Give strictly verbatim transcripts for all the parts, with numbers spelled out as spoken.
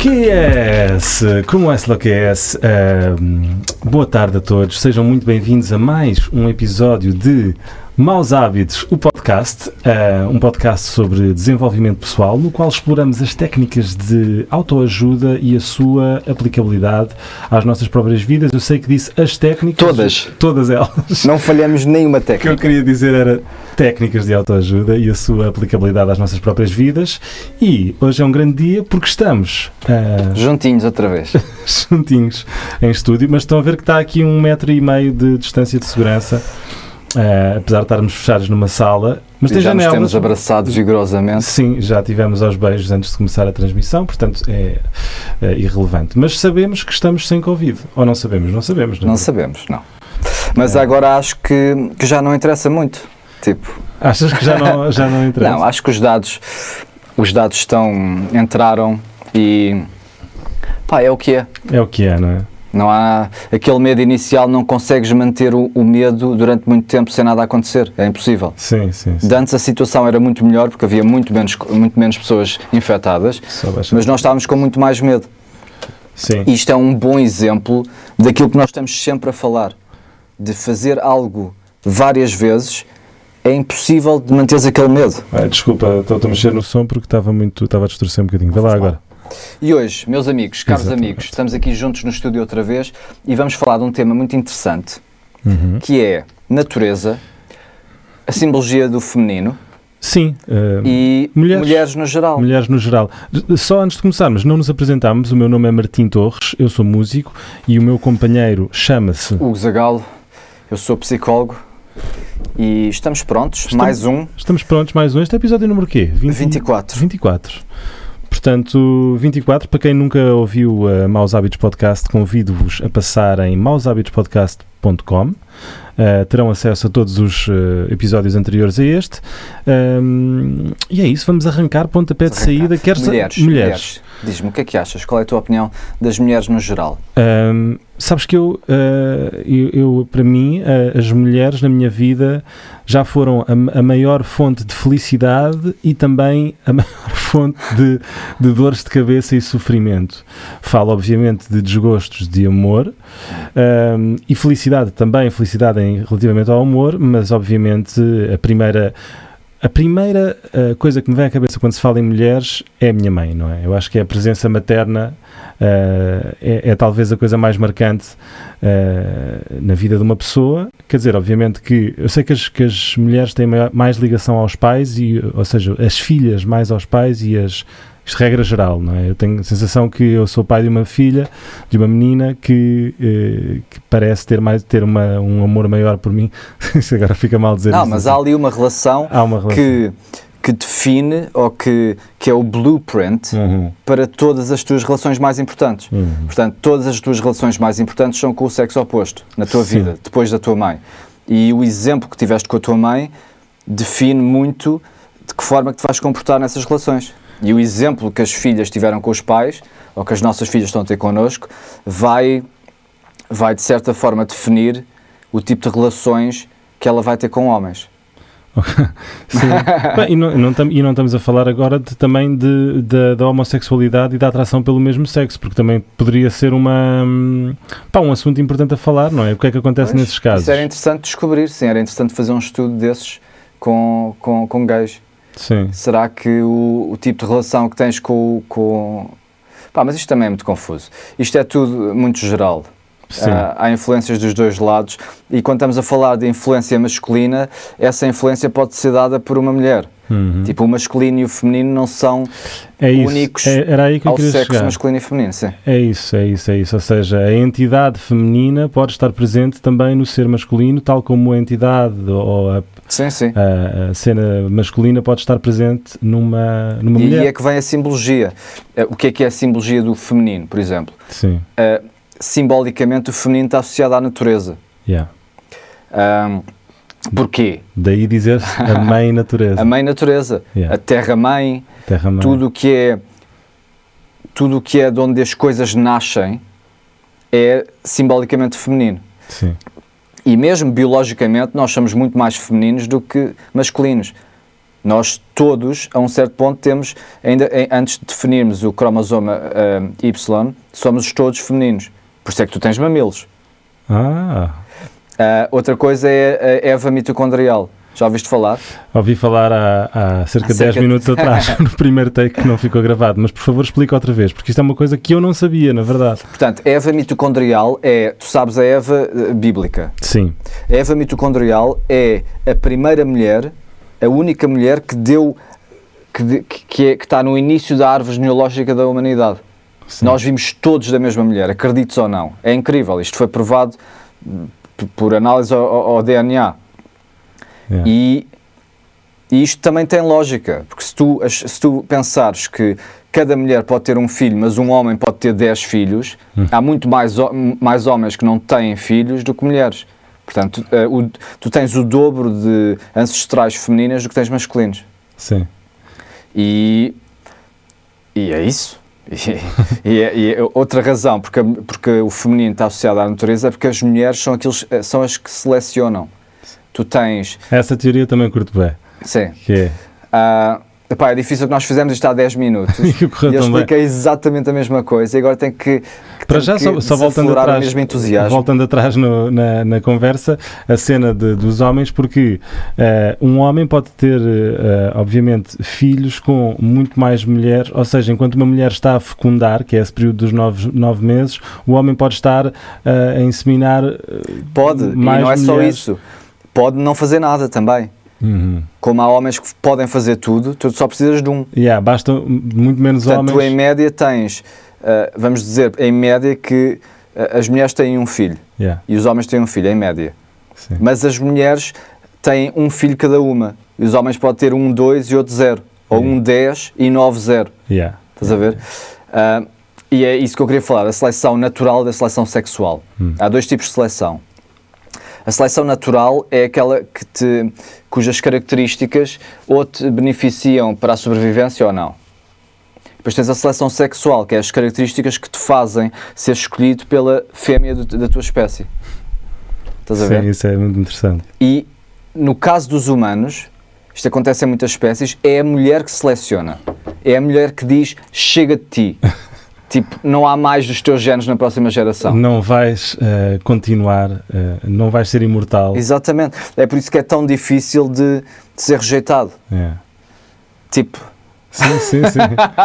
que é? Como é lo que é? Uh, boa tarde a todos, sejam muito bem-vindos a mais um episódio de Maus Hábitos, o podcast, uh, um podcast sobre desenvolvimento pessoal, no qual exploramos as técnicas de autoajuda e a sua aplicabilidade às nossas próprias vidas. Eu sei que disse as técnicas. Todas. Todas elas. Não falhamos nenhuma técnica. O que eu queria dizer era técnicas de autoajuda e a sua aplicabilidade às nossas próprias vidas. E hoje é um grande dia porque estamos... Uh, juntinhos outra vez. juntinhos em estúdio, mas estão a ver que está aqui um metro e meio de distância de segurança. Uh, apesar de estarmos fechados numa sala, mas e tem já janelas. Nos temos abraçados vigorosamente. Sim, já tivemos aos beijos antes de começar a transmissão, portanto é, é irrelevante. Mas sabemos que estamos sem Covid. Ou não sabemos? Não sabemos. Não, não sabemos, não. Mas é. agora acho que, que já não interessa muito. Tipo... Achas que já não, já não interessa? Não, acho que os dados, os dados estão, entraram e pá, é o que é. É o que é, não é? Não há aquele medo inicial, não consegues manter o, o medo durante muito tempo sem nada acontecer, é impossível. Sim, sim, sim. De antes a situação era muito melhor porque havia muito menos, muito menos pessoas infectadas, mas nós estávamos com muito mais medo. Sim. Isto é um bom exemplo daquilo que nós estamos sempre a falar, de fazer algo várias vezes. É impossível de manteres aquele medo. Ah, desculpa, estou a mexer no som porque estava muito, estava a distorcer um bocadinho. Vai lá agora. E hoje, meus amigos, caros Exatamente. amigos, estamos aqui juntos no estúdio outra vez e vamos falar de um tema muito interessante, uhum. que é natureza, a simbologia do feminino. Sim. Uh, e mulheres, mulheres no geral. Mulheres no geral. Só antes de começarmos, não nos apresentámos, o meu nome é Martim Torres, eu sou músico e o meu companheiro chama-se... Hugo Zagalo, eu sou psicólogo e estamos prontos, estamos, mais um. Estamos prontos, mais um. Este é o episódio número quê? vinte, vinte e quatro. vinte e quatro. Portanto, vinte e quatro, para quem nunca ouviu uh, Maus Hábitos Podcast, convido-vos a passar em maus hábitos podcast ponto com. Uh, terão acesso a todos os uh, episódios anteriores a este. Um, e é isso, vamos arrancar pontapé de saída. Queres mulheres, a... mulheres. mulheres. Diz-me, o que é que achas? Qual é a tua opinião das mulheres no geral? Um, sabes que eu, uh, eu, eu para mim, uh, as mulheres na minha vida já foram a, a maior fonte de felicidade e também a maior fonte de, de dores de cabeça e sofrimento. Falo, obviamente, de desgostos de amor um, e felicidade também, felicidade em, relativamente ao amor, mas, obviamente, a primeira... A primeira uh, coisa que me vem à cabeça quando se fala em mulheres é a minha mãe, não é? Eu acho que a presença materna uh, é, é talvez a coisa mais marcante uh, na vida de uma pessoa. Quer dizer, obviamente que eu sei que as, que as mulheres têm maior, mais ligação aos pais, e, ou seja, as filhas mais aos pais e as... Isto regra geral, não é? Eu tenho a sensação que eu sou pai de uma filha, de uma menina que, eh, que parece ter, mais, ter uma, um amor maior por mim. Isso agora fica mal dizer Não, isso. mas assim. há ali uma relação, há uma relação. Que, que define, ou que, que é o blueprint uhum. para todas as tuas relações mais importantes. Uhum. Portanto, todas as tuas relações mais importantes são com o sexo oposto, na tua Sim. vida, depois da tua mãe. E o exemplo que tiveste com a tua mãe define muito de que forma que te vais comportar nessas relações. E o exemplo que as filhas tiveram com os pais, ou que as nossas filhas estão a ter connosco, vai, vai de certa forma definir o tipo de relações que ela vai ter com homens. Sim. Bem, e, não, não tam, e não estamos a falar agora de, também de, de, da homossexualidade e da atração pelo mesmo sexo, porque também poderia ser uma, pá, um assunto importante a falar, não é? O que é que acontece pois, nesses casos? Isso era interessante descobrir, sim, era interessante fazer um estudo desses com, com, com gays. Sim. Será que o, o tipo de relação que tens com... com... Pá, mas isto também é muito confuso. Isto é tudo muito geral. Sim. Uh, há influências dos dois lados e quando estamos a falar de influência masculina, essa influência pode ser dada por uma mulher. Uhum. Tipo, o masculino e o feminino não são é isso. únicos é, era aí que eu ao queria sexo chegar. masculino e feminino. Sim. É isso, é isso, é isso. Ou seja, a entidade feminina pode estar presente também no ser masculino, tal como a entidade ou a, sim, sim. a, a cena masculina pode estar presente numa, numa e mulher. E é que vem a simbologia. O que é que é a simbologia do feminino, por exemplo? Sim. Uh, simbolicamente o feminino está associado à natureza. Yeah. Um, porquê? Daí dizer a mãe natureza. A mãe natureza, Yeah. a terra-mãe, Terra-mãe. tudo que é tudo o que é de onde as coisas nascem é simbolicamente feminino. Sim. E mesmo biologicamente nós somos muito mais femininos do que masculinos. Nós todos, a um certo ponto, temos, ainda em, antes de definirmos o cromosoma uh, Y, somos todos femininos. Por isso é que tu tens mamilos. Ah. Uh, outra coisa é a Eva mitocondrial. Já ouviste falar? Ouvi falar há, há cerca de dez minutos atrás, no primeiro take que não ficou gravado, mas por favor explica outra vez, porque isto é uma coisa que eu não sabia, na verdade. Portanto, a Eva mitocondrial é, tu sabes, a Eva uh, bíblica. Sim. A Eva mitocondrial é a primeira mulher, a única mulher que deu, que, de, que, é, que está no início da árvore genealógica da humanidade. Sim. Nós vimos todos da mesma mulher, acredites ou não. É incrível, isto foi provado por análise ao, ao D N A. Yeah. E, e isto também tem lógica, porque se tu, se tu pensares que cada mulher pode ter um filho, mas um homem pode ter dez filhos, hum. há muito mais, mais homens que não têm filhos do que mulheres. Portanto, uh, o, tu tens o dobro de ancestrais femininas do que tens masculinos. Sim. E, e é isso. E, e, é, e é outra razão porque, porque o feminino está associado à natureza é porque as mulheres são, aqueles, são as que selecionam. Tu tens... Essa teoria também curto bem. Sim. Que é? Uh, epá, é difícil que nós fizemos isto há dez minutos. e eu expliquei exatamente a mesma coisa e agora tenho que, que, Para já, que só, só voltando atrás, o mesmo entusiasmo. Voltando atrás no, na, na conversa, a cena de, dos homens, porque uh, um homem pode ter, uh, obviamente, filhos com muito mais mulheres, ou seja, enquanto uma mulher está a fecundar, que é esse período dos nove, nove meses, o homem pode estar uh, a inseminar uh, pode, mais e não é mulheres. Só isso. Pode não fazer nada também. Uhum. Como há homens que podem fazer tudo, tu só precisas de um. Yeah, basta muito menos Portanto, homens. Tu em média tens, uh, vamos dizer, em média que uh, as mulheres têm um filho yeah. e os homens têm um filho, em média. Sim. Mas as mulheres têm um filho cada uma. E os homens podem ter um, dois e outro zero. Ou yeah. um dez e nove, zero. Yeah. Estás yeah. a ver? Uh, e é isso que eu queria falar, a seleção natural da seleção sexual. Hum. Há dois tipos de seleção. A seleção natural é aquela que te, cujas características ou te beneficiam para a sobrevivência ou não. Depois tens a seleção sexual, que é as características que te fazem ser escolhido pela fêmea do, da tua espécie. Estás a ver? Sim, isso é muito interessante. E no caso dos humanos, isto acontece em muitas espécies, é a mulher que seleciona. É a mulher que diz, chega de ti. Tipo, não há mais dos teus genes na próxima geração. Não vais uh, continuar, uh, não vais ser imortal. Exatamente. É por isso que é tão difícil de, de ser rejeitado. Yeah. Tipo... Sim, sim, sim.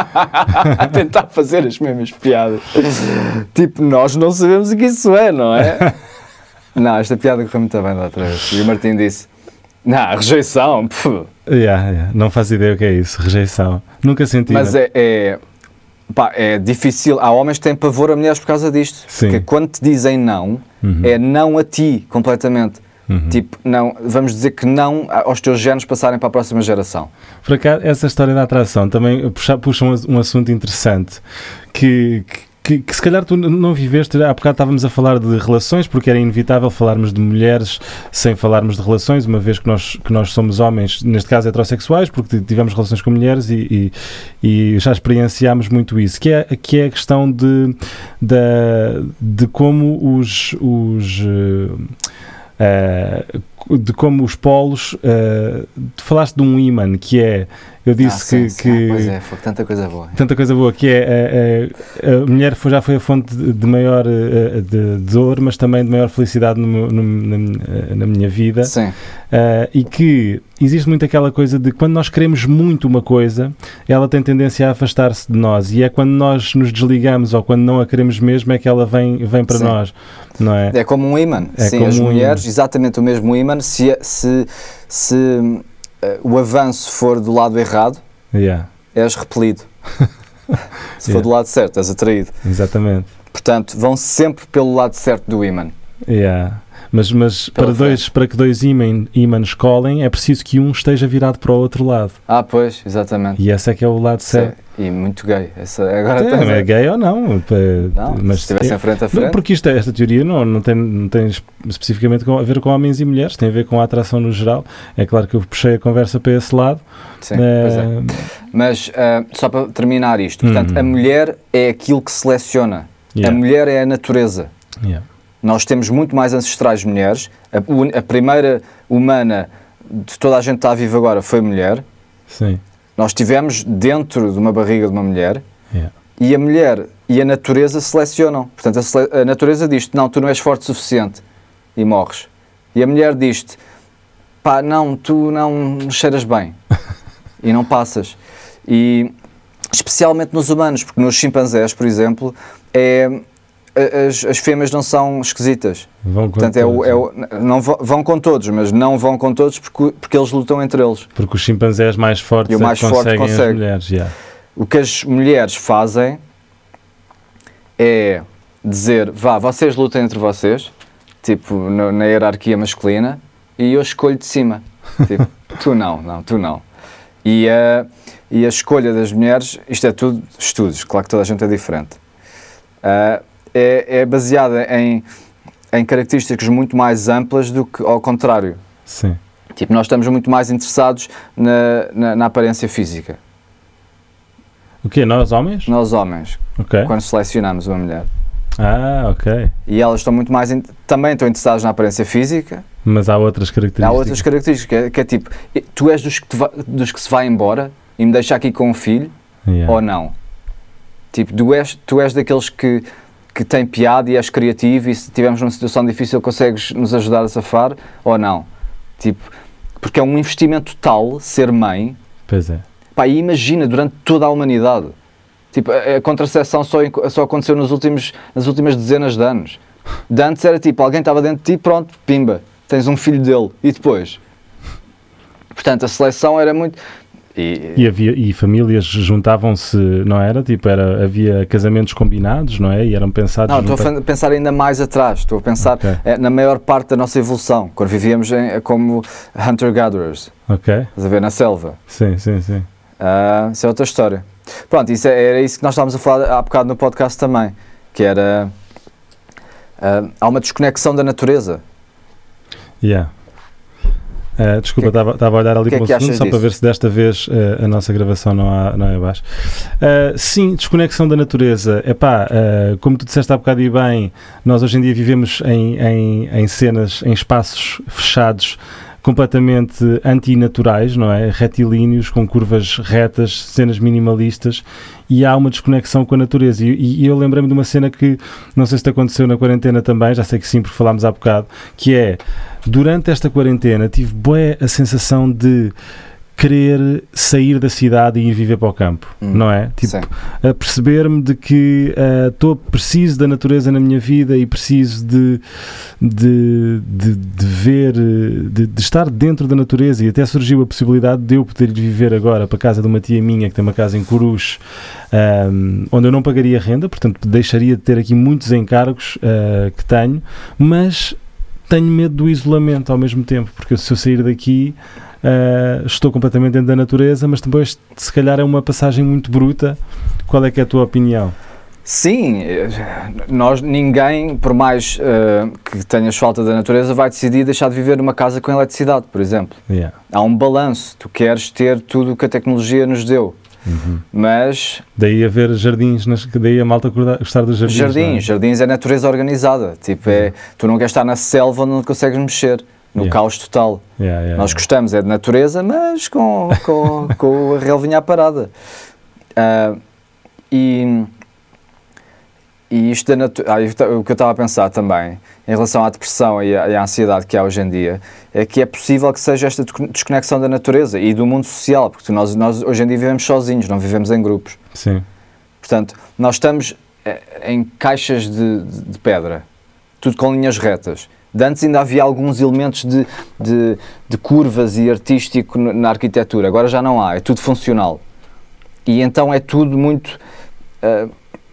A tentar fazer as mesmas piadas. Tipo, nós não sabemos o que isso é, não é? Não, esta piada correu muito bem da outra vez. E o Martim disse, não, rejeição. Yeah, yeah. Não faço ideia o que é isso, rejeição. Nunca senti. Mas é... é Pá, é difícil, há homens que têm pavor a mulheres por causa disto. Sim. Porque quando te dizem não, uhum. é não a ti, completamente. Uhum. Tipo, não, vamos dizer que não aos teus genes passarem para a próxima geração. Por acaso, essa história da atração também puxa, puxa um, um assunto interessante que... que Que, que se calhar tu não viveste, há bocado estávamos a falar de relações, porque era inevitável falarmos de mulheres sem falarmos de relações, uma vez que nós, que nós somos homens, neste caso heterossexuais, porque tivemos relações com mulheres e, e, e já experienciámos muito isso, que é, que é a questão de, de, de como os... os uh, de como os polos, uh, tu falaste de um ímã, que é, eu disse ah, sim, que... sim. que ah, pois é, foi tanta coisa boa. Tanta coisa boa, que é, a, a, a mulher foi, já foi a fonte de, de maior de, de dor, mas também de maior felicidade no, no, na, na minha vida. Sim. Uh, e que existe muito aquela coisa de quando nós queremos muito uma coisa, ela tem tendência a afastar-se de nós, e é quando nós nos desligamos ou quando não a queremos mesmo é que ela vem, vem para Sim. nós, não é? É como um ímã. É Sim, como as um mulheres, ímã. exatamente o mesmo ímã, se, se, se uh, o avanço for do lado errado, yeah. és repelido. Se for yeah. do lado certo, és atraído. Exatamente. Portanto, vão sempre pelo lado certo do ímã. Yeah. Mas, mas para, dois, para que dois ímãs, ímãs colhem, é preciso que um esteja virado para o outro lado. Ah, pois, exatamente. E esse é que é o lado certo. E muito gay. Essa, agora é, é gay ou não? Não, mas se estivesse em frente a frente. Porque isto, esta teoria não, não, tem, não tem especificamente a ver com homens e mulheres, tem a ver com a atração no geral. É claro que eu puxei a conversa para esse lado. Sim, é, pois é. Mas uh, só para terminar isto, portanto, hum. a mulher é aquilo que seleciona. Yeah. A mulher é a natureza. Yeah. Nós temos muito mais ancestrais mulheres. A, a primeira humana de toda a gente que está viva agora foi mulher. Sim. Nós estivemos dentro de uma barriga de uma mulher Yeah. e a mulher e a natureza selecionam. Portanto, a, sele- a natureza diz-te, não, tu não és forte o suficiente e morres. E a mulher diz-te, pá, não, tu não cheiras bem e não passas. E especialmente nos humanos, porque nos chimpanzés, por exemplo, é, as, as fêmeas não são esquisitas. Vão com Portanto, é o, todos, é o, não vão, vão com todos, mas não vão com todos porque, porque eles lutam entre eles. Porque os chimpanzés mais fortes E o mais é que forte conseguem as consegue. mulheres. Yeah. O que as mulheres fazem é dizer, vá, vocês lutem entre vocês, tipo, no, na hierarquia masculina, e eu escolho de cima. Tipo, tu não, não, tu não. E a, e a escolha das mulheres, isto é tudo estudos, claro que toda a gente é diferente, uh, é, é baseada em, em características muito mais amplas do que ao contrário. Sim. Tipo, nós estamos muito mais interessados na, na, na aparência física. O quê? Nós homens? Nós homens, Ok. quando selecionamos uma mulher. Ah, ok. E elas estão muito mais, in- também estão interessadas na aparência física. Mas há outras características. Há outras características, que é, que é tipo, tu és dos que, te va- dos que se vai embora e me deixa aqui com um filho, Yeah. ou não? Tipo, tu és, tu és daqueles que, que tem piada e és criativo e se tivermos numa situação difícil consegues nos ajudar a safar, ou não? Tipo, porque é um investimento tal ser mãe. Pois é. Pá, e imagina, durante toda a humanidade. Tipo, a, a contracepção só, inco- só aconteceu nos últimos, nas últimas dezenas de anos. De antes era tipo, alguém estava dentro de ti, pronto, pimba, tens um filho dele. E depois? Portanto, a seleção era muito... E, E, havia, e famílias juntavam-se, não era? Tipo, era, havia casamentos combinados, não é? E eram pensados... não, estou a junta- fa- pensar ainda mais atrás. Estou a pensar Ok. eh, na maior parte da nossa evolução, quando vivíamos em, como hunter-gatherers, Ok. estás a ver, na selva. Sim, sim, sim. Ah, isso é outra história. Pronto, isso é- era isso que nós estávamos a falar há bocado no podcast também, que era... ah, há uma desconexão da natureza. Yeah. Uh, desculpa, Que é que- estava a olhar ali que é para o que segundo, achas só para disso? ver se desta vez uh, a nossa gravação não, há, não é abaixo. Uh, sim, desconexão da natureza. Epá, uh, como tu disseste há bocado e bem, nós hoje em dia vivemos em, em, em cenas, em espaços fechados, completamente antinaturais, não é? Retilíneos, com curvas retas, cenas minimalistas, e há uma desconexão com a natureza. E, e eu lembrei-me de uma cena que, não sei se te aconteceu na quarentena também, já sei que sim, porque falámos há bocado, que é, durante esta quarentena, tive bué a sensação de querer sair da cidade e ir viver para o campo, Hum, não é? Tipo, sim. a perceber-me de que estou preciso da natureza na minha vida e preciso de, de, de, de ver, de, de estar dentro da natureza, e até surgiu a possibilidade de eu poder ir viver agora para a casa de uma tia minha que tem uma casa em Coruche, um, onde eu não pagaria renda, portanto deixaria de ter aqui muitos encargos uh, que tenho, mas tenho medo do isolamento ao mesmo tempo, porque se eu sair daqui uh, estou completamente dentro da natureza, mas depois se calhar é uma passagem muito bruta. Qual é que é a tua opinião? Sim, eh, nós, ninguém, por mais eh, que tenhas falta da natureza, vai decidir deixar de viver numa casa com eletricidade, por exemplo. Yeah. Há um balanço, tu queres ter tudo o que a tecnologia nos deu, Uhum. mas Daí haver jardins, nas, daí a malta acordar- gostar dos jardins. jardins, não é? jardins é natureza organizada, tipo, é, tu não queres estar na selva onde não consegues mexer, no Yeah. caos total. Yeah, yeah, Nós yeah. gostamos é de natureza, mas com, com, com a relvinha à parada. Ah, e, e isto da natu- ah, eu ta- o que eu estava a pensar também, em relação à depressão e à, e à ansiedade que há hoje em dia, é que é possível que seja esta desco- desconexão da natureza e do mundo social, porque nós, nós hoje em dia vivemos sozinhos, não vivemos em grupos. Sim. Portanto, nós estamos eh, em caixas de, de- de pedra, tudo com linhas retas. De antes ainda havia alguns elementos de, de, de curvas e artístico n- na arquitetura, agora já não há, é tudo funcional. E então é tudo muito eh,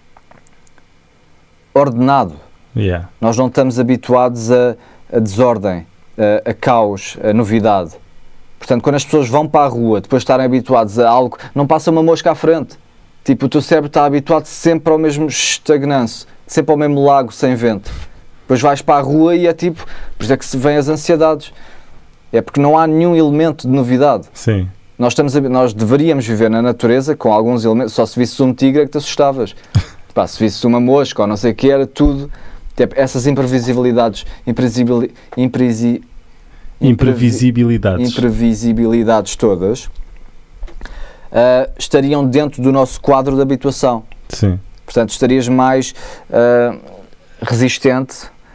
ordenado. Yeah. Nós não estamos habituados a, a desordem, a, a caos, a novidade. Portanto, quando as pessoas vão para a rua, depois de estarem habituados a algo, não passa uma mosca à frente. Tipo, o teu cérebro está habituado sempre ao mesmo estagnanço, sempre ao mesmo lago sem vento. Depois vais para a rua e é tipo, por isso é que se vêm as ansiedades. É porque não há nenhum elemento de novidade. Sim. Nós, estamos a, nós deveríamos viver na natureza com alguns elementos, só se visses um tigre é que te assustavas. Pá, se visses uma mosca ou não sei o que, era tudo. Tipo, essas imprevisibilidades, imprevisibili, impresi, Imprevisibilidades. imprevisibilidades todas, uh, estariam dentro do nosso quadro de habituação. Sim. Portanto, estarias mais uh, resistente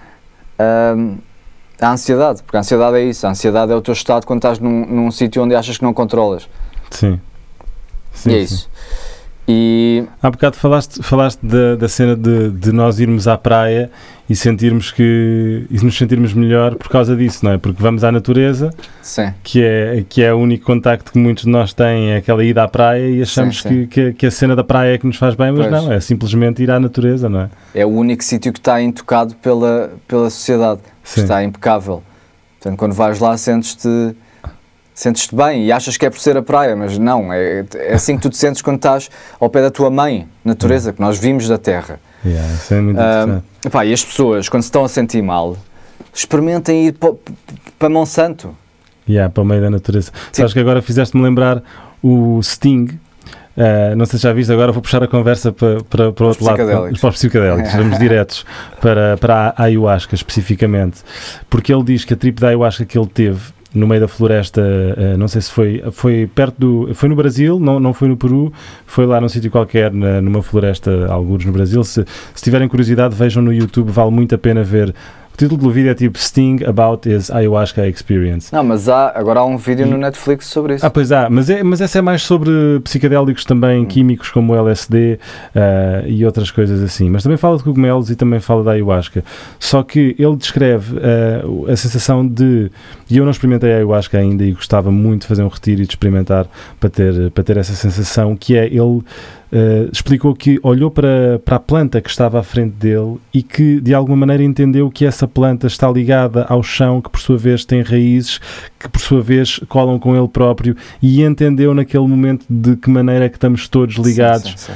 uh, à ansiedade, porque a ansiedade é isso, a ansiedade é o teu estado quando estás num, num sítio onde achas que não controlas. Sim. Sim, e é sim. isso. E... Há bocado falaste, falaste da, da cena de, de nós irmos à praia e sentirmos que e nos sentirmos melhor por causa disso, não é? Porque vamos à natureza, Sim. que é, que é o único contacto que muitos de nós têm, é aquela ida à praia e achamos Sim, sim. Que, que, que a cena da praia é que nos faz bem, mas Pois. não, é simplesmente ir à natureza, não é? É o único sítio que está intocado pela, pela sociedade, Sim. está impecável. Portanto, quando vais lá sentes-te sentes-te bem e achas que é por ser a praia, mas não, é, é assim que tu te sentes quando estás ao pé da tua mãe, natureza, que nós vimos da terra. Yeah, isso é muito Ah, interessante. epá, e as pessoas, quando se estão a sentir mal, experimentem ir para, para Monsanto. Yeah, para o meio da natureza. Sabes que agora fizeste-me lembrar o Sting. Uh, não sei se já viste, agora vou puxar a conversa para, para, para o outro lado, psicodélicos. para os psicodélicos. Vamos diretos para, para a ayahuasca especificamente, porque ele diz que a trip da ayahuasca que ele teve no meio da floresta, uh, não sei se foi, foi perto do, foi no Brasil, não, não foi no Peru, foi lá num sítio qualquer, na, numa floresta, alguns no Brasil. Se, se tiverem curiosidade, vejam no YouTube, vale muito a pena ver. O título do vídeo é tipo Sting About His Ayahuasca Experience. Não, mas há, agora há um vídeo no Netflix sobre isso. Ah, pois há, mas, é, mas essa é mais sobre psicodélicos também, hum. químicos como o L S D uh, e outras coisas assim. Mas também fala de cogumelos e também fala da ayahuasca. Só que ele descreve uh, a sensação de... E eu não experimentei a ayahuasca ainda e gostava muito de fazer um retiro e de experimentar para ter, para ter essa sensação, que é ele... Uh, explicou que olhou para, para a planta que estava à frente dele e que de alguma maneira entendeu que essa planta está ligada ao chão, que por sua vez tem raízes, que por sua vez colam com ele próprio, e entendeu naquele momento de que maneira é que estamos todos ligados. Sim, sim, sim.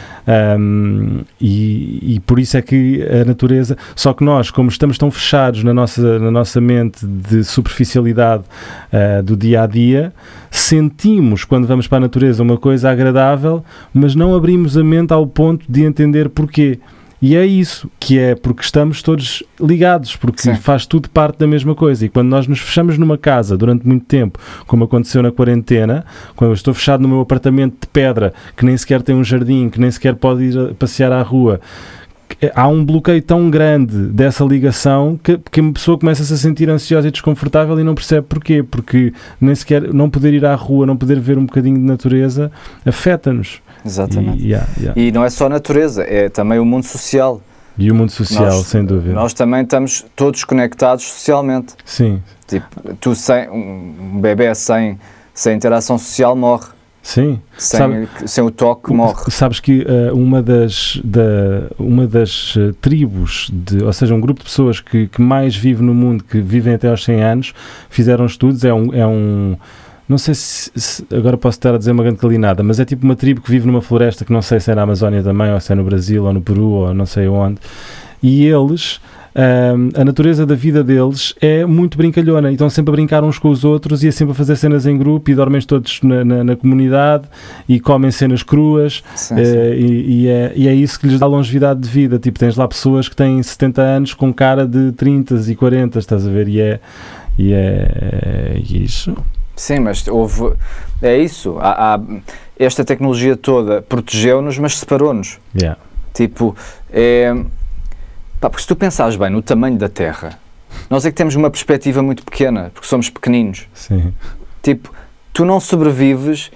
Um, e, e por isso é que a natureza, só que nós, como estamos tão fechados na nossa, na nossa mente de superficialidade uh, do dia a dia, sentimos quando vamos para a natureza uma coisa agradável, mas não abrimos a mente ao ponto de entender porquê. E é isso, que é porque estamos todos ligados, porque Sim. faz tudo parte da mesma coisa. E quando nós nos fechamos numa casa durante muito tempo, como aconteceu na quarentena, quando eu estou fechado no meu apartamento de pedra, que nem sequer tem um jardim, que nem sequer pode ir passear à rua, há um bloqueio tão grande dessa ligação que, que uma pessoa começa-se a sentir ansiosa e desconfortável e não percebe porquê, porque nem sequer não poder ir à rua, não poder ver um bocadinho de natureza afeta-nos. Exatamente. E, yeah, yeah. e não é só a natureza, é também o mundo social. E o mundo social, nós, sem dúvida. Nós também estamos todos conectados socialmente. Sim. Tipo, tu sem, um bebê sem, sem interação social morre. Sim. Sem, Sabe, sem o toque morre. Sabes que uh, uma das, da, uma das uh, tribos, de, ou seja, um grupo de pessoas que, que mais vive no mundo, que vivem até aos cem anos, fizeram estudos, é um... É um não sei se, se agora posso estar a dizer uma grande calinada, mas é tipo uma tribo que vive numa floresta que não sei se é na Amazónia também, ou se é no Brasil, ou no Peru, ou não sei onde, e eles, um, a natureza da vida deles é muito brincalhona, e estão sempre a brincar uns com os outros, e é sempre a fazer cenas em grupo, e dormem todos na, na, na comunidade, e comem cenas cruas, sim, uh, sim. E, e, é, e é isso que lhes dá longevidade de vida. Tipo, tens lá pessoas que têm setenta anos com cara de trinta e quarenta, estás a ver, e é, e é, é isso. Sim, mas houve, é isso, há, há, esta tecnologia toda protegeu-nos, mas separou-nos. Yeah. Tipo, é, pá, porque se tu pensares bem no tamanho da Terra, nós é que temos uma perspectiva muito pequena, porque somos pequeninos. Sim. Tipo, tu não sobrevives,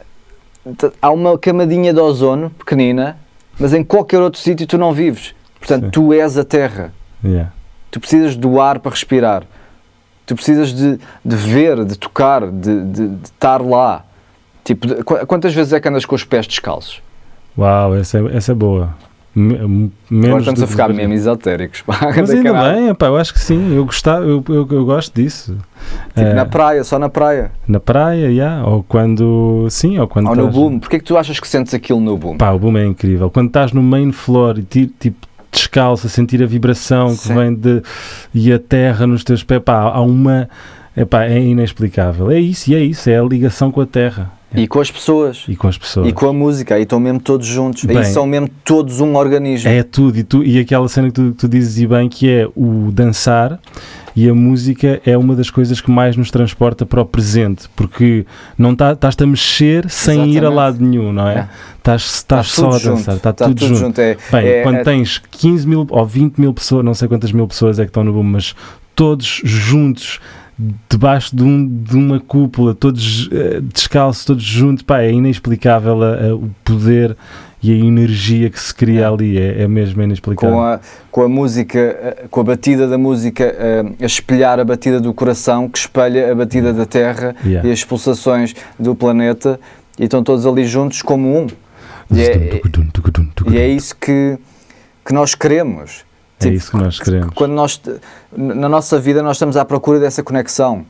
há uma camadinha de ozono pequenina, mas em qualquer outro sítio tu não vives. Portanto, Sim. tu és a Terra. Yeah. Tu precisas do ar para respirar. Tu precisas de, de ver, de tocar, de, de, de estar lá. Tipo, de, quantas vezes é que andas com os pés descalços? Uau, essa é, essa é boa. M- Agora estamos a ficar de... mesmo esotéricos. Pá, mas ainda bem, pá, eu acho que sim, eu, gostava, eu, eu, eu gosto disso. Tipo, é, na praia, só na praia. Na praia, já, yeah, ou quando, sim, ou quando Ou estás... no boom, porquê é que tu achas que sentes aquilo no boom? Pá, o boom é incrível. Quando estás no main floor e tipo descalço, a sentir a vibração que sim. vem de... e a terra nos teus pés, pá, há uma... epá, é inexplicável. É isso, e é isso, é a ligação com a terra. E com as pessoas. E com as pessoas. E com a música, aí estão mesmo todos juntos. Bem, aí são mesmo todos um organismo. É tudo, e, tu, e aquela cena que tu, tu dizes e bem, que é o dançar, e a música é uma das coisas que mais nos transporta para o presente, porque não tá, estás-te a mexer sem Exatamente. ir a lado nenhum, não é? É. Estás, estás Tá só a tudo dançar, junto. está Tá tudo, tudo junto. junto. É- Bem, é- quando é- tens quinze mil ou vinte mil pessoas, não sei quantas mil pessoas é que estão no boom, mas todos juntos, debaixo de, um, de uma cúpula, todos uh, descalços, todos juntos, pá, é inexplicável a, a, o poder e a energia que se cria É. ali, é, é mesmo inexplicável. Com a, com a música, eh, com a batida da música eh, a espelhar a batida do coração, que espelha a batida da Terra Yeah. e as pulsações do planeta, e estão todos ali juntos como um. E é, e é isso que, que nós queremos. É isso que nós queremos. Quando nós, na nossa vida, nós estamos à procura dessa conexão.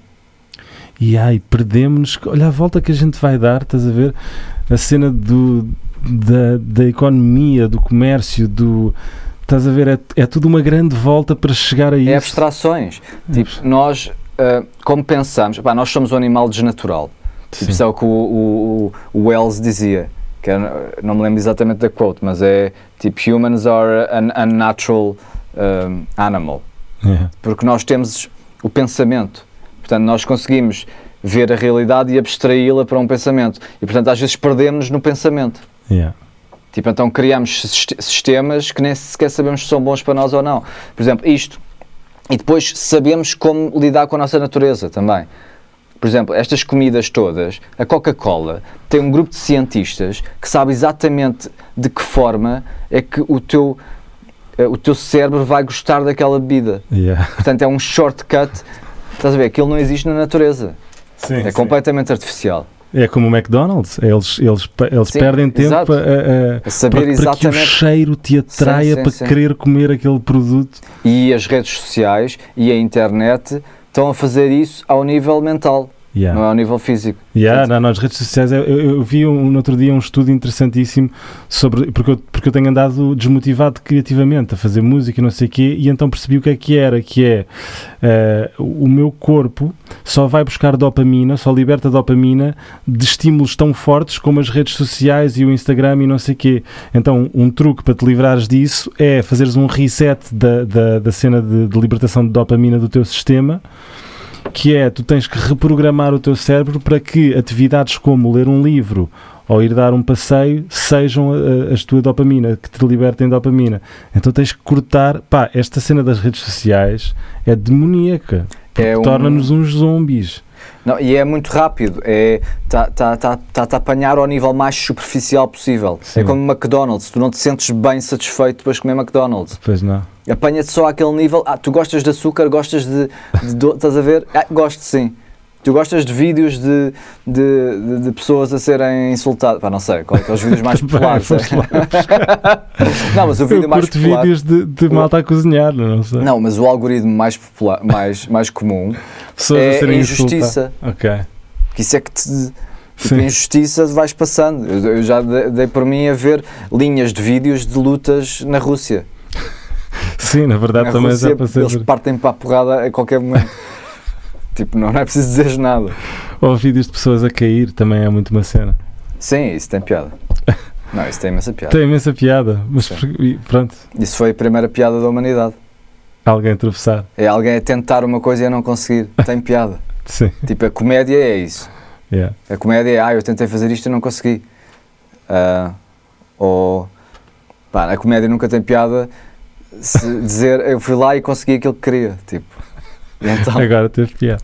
E ai, perdemos-nos, olha a volta que a gente vai dar, estás a ver? A cena do, da, da economia, do comércio, do... Estás a ver? É, é tudo uma grande volta para chegar a isso. É abstrações. Tipo, nós, uh, como pensamos, pá, nós somos um animal desnatural. Tipo, isso é o que o, o, o Wells dizia. Que é, não me lembro exatamente da quote, mas é tipo, humans are an unnatural um, animal. É. Porque nós temos o pensamento. Portanto, nós conseguimos ver a realidade e abstraí-la para um pensamento. E, portanto, às vezes perdemos no pensamento. Yeah. Tipo, então criamos sist- sistemas que nem sequer sabemos se são bons para nós ou não. Por exemplo, isto. E depois sabemos como lidar com a nossa natureza também. Por exemplo, estas comidas todas, a Coca-Cola tem um grupo de cientistas que sabe exatamente de que forma é que o teu, eh, o teu cérebro vai gostar daquela bebida. Yeah. Portanto, é um shortcut. Estás a ver? Aquilo não existe na natureza. Sim, É sim. completamente artificial. É como o McDonald's, eles, eles, eles Sim, perdem tempo exato. a, a, A saber para, para que o exatamente. cheiro te atraia Sim, sim, para sim. querer comer aquele produto. E as redes sociais e a internet estão a fazer isso ao nível mental, Yeah. não é ao nível físico. Yeah, Portanto, não, nas redes sociais eu, eu, eu vi um, no outro dia um estudo interessantíssimo sobre, porque eu, porque eu tenho andado desmotivado criativamente a fazer música e não sei o quê, e então percebi o que é que era, que é uh, o meu corpo só vai buscar dopamina, só liberta dopamina de estímulos tão fortes como as redes sociais e o Instagram e não sei o quê. Então um truque para te livrares disso é fazeres um reset da, da, da cena de, de libertação de dopamina do teu sistema, que é, tu tens que reprogramar o teu cérebro para que atividades como ler um livro ou ir dar um passeio sejam a, a, as tua dopamina, que te libertem dopamina. Então tens que cortar, pá, esta cena das redes sociais é demoníaca, porque É um- torna-nos uns zombies. não, e é muito rápido, é, está tá, tá, tá, tá a apanhar ao nível mais superficial possível. Sim. É como McDonald's, tu não te sentes bem satisfeito depois de comer McDonald's. Pois não. Apanha-te só àquele nível, ah, tu gostas de açúcar, gostas de, de do, estás a ver? Ah, gosto sim. Tu gostas de vídeos de, de, de, de pessoas a serem insultadas, pá, não sei, qual é que é os vídeos mais Bem, populares? foste lá. Não, mas o vídeo Eu mais curto popular... vídeos de, de malta a cozinhar, não sei. Não, mas o algoritmo mais popular, mais, mais comum, Pessoas é a serem a injustiça. insultadas. Ok. que isso é que te... Tipo, Sim. a injustiça vais passando. Eu, eu já dei, dei por mim a ver linhas de vídeos de lutas na Rússia. Sim, na verdade Na também Rússia, já passei eles por... partem para a porrada a qualquer momento. Tipo, não, não é preciso dizer nada. Ou vídeos de pessoas a cair, também é muito uma cena. Sim, isso tem piada. Não, isso tem imensa piada. Tem imensa piada, mas Sim. e pronto, Isso foi a primeira piada da humanidade. alguém tropeçar. É alguém a tentar uma coisa e a não conseguir. Tem piada. Sim, Tipo, a comédia é isso. yeah. A comédia é, ah, eu tentei fazer isto e não consegui. Ah, ou, pá, a comédia nunca tem piada se dizer, eu fui lá e consegui aquilo que queria. Tipo, e então... Agora teve piada.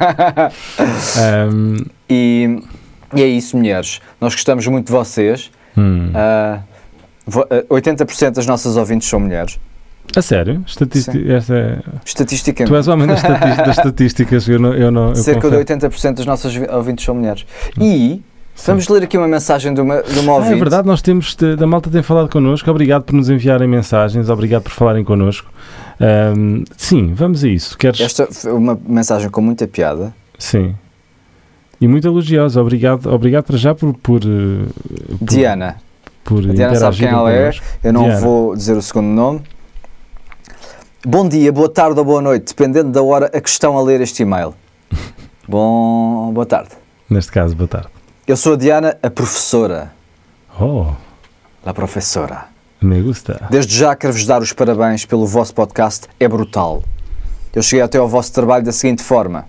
um, E, e é isso, mulheres. Nós gostamos muito de vocês. hum. Ah, vo- ah, oitenta por cento das nossas ouvintes são mulheres. A sério? Estatística, esta é... Estatisticamente, Tu és o homem das, estati- das estatísticas, eu não, eu não eu cerca de confesso. oitenta por cento das nossas vi- ouvintes são mulheres. E vamos ler aqui uma mensagem de uma, de uma Ah, ouvinte. é verdade, nós temos, de- da malta tem falado connosco, obrigado por nos enviarem mensagens, obrigado por falarem connosco. Um, sim, vamos a isso. Queres... Esta foi uma mensagem com muita piada. Sim. E muito elogiosa, obrigado, obrigado para já por, por, eh, por, Diana. por A Diana sabe quem interagirem ela é. connosco. Eu não Diana. vou dizer o segundo nome. Bom dia, boa tarde ou boa noite, dependendo da hora a que estão a ler este e-mail. Bom, boa tarde. Neste caso, boa tarde. Eu sou a Diana, a professora. Oh, La professora. me gusta. Desde já quero-vos dar os parabéns pelo vosso podcast, é brutal. Eu cheguei até ao vosso trabalho da seguinte forma.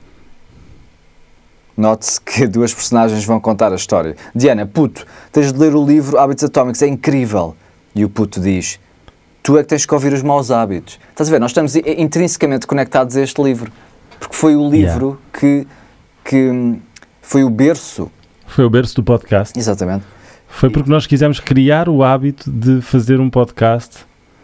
Note-se que duas personagens vão contar a história. Diana, puto, tens de ler o livro Hábitos Atómicos, é incrível. E o puto diz, tu é que tens que ouvir os maus hábitos. Estás a ver, nós estamos intrinsecamente conectados a este livro. Porque foi o livro yeah. que, que foi o berço. Foi o berço do podcast. Exatamente. Foi porque nós quisemos criar o hábito de fazer um podcast.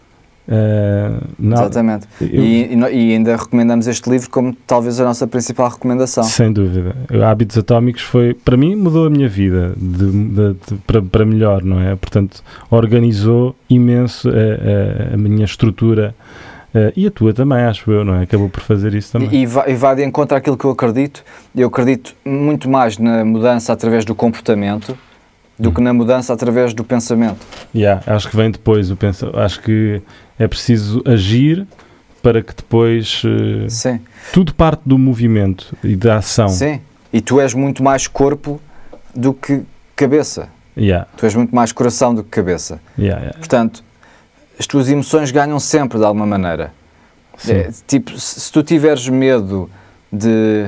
Uh, não, Exatamente. Eu, e, e ainda recomendamos este livro como talvez a nossa principal recomendação. Sem dúvida. Hábitos Atómicos foi, para mim, mudou a minha vida de, de, de, para, para melhor, não é? Portanto, organizou imenso a, a, a minha estrutura. Uh, e a tua também, acho eu, não é? Acabou por fazer isso também. E, e, vai, e vai de encontro àquilo que eu acredito. Eu acredito muito mais na mudança através do comportamento do hum. que na mudança através do pensamento. Yeah, acho que vem depois o pensamento. Acho que é preciso agir para que depois uh, Sim. tudo parte do movimento e da ação. Sim, e tu és muito mais corpo do que cabeça. Yeah. Tu és muito mais coração do que cabeça. Yeah, yeah. Portanto, as tuas emoções ganham sempre de alguma maneira. É, tipo, se, se tu tiveres medo de,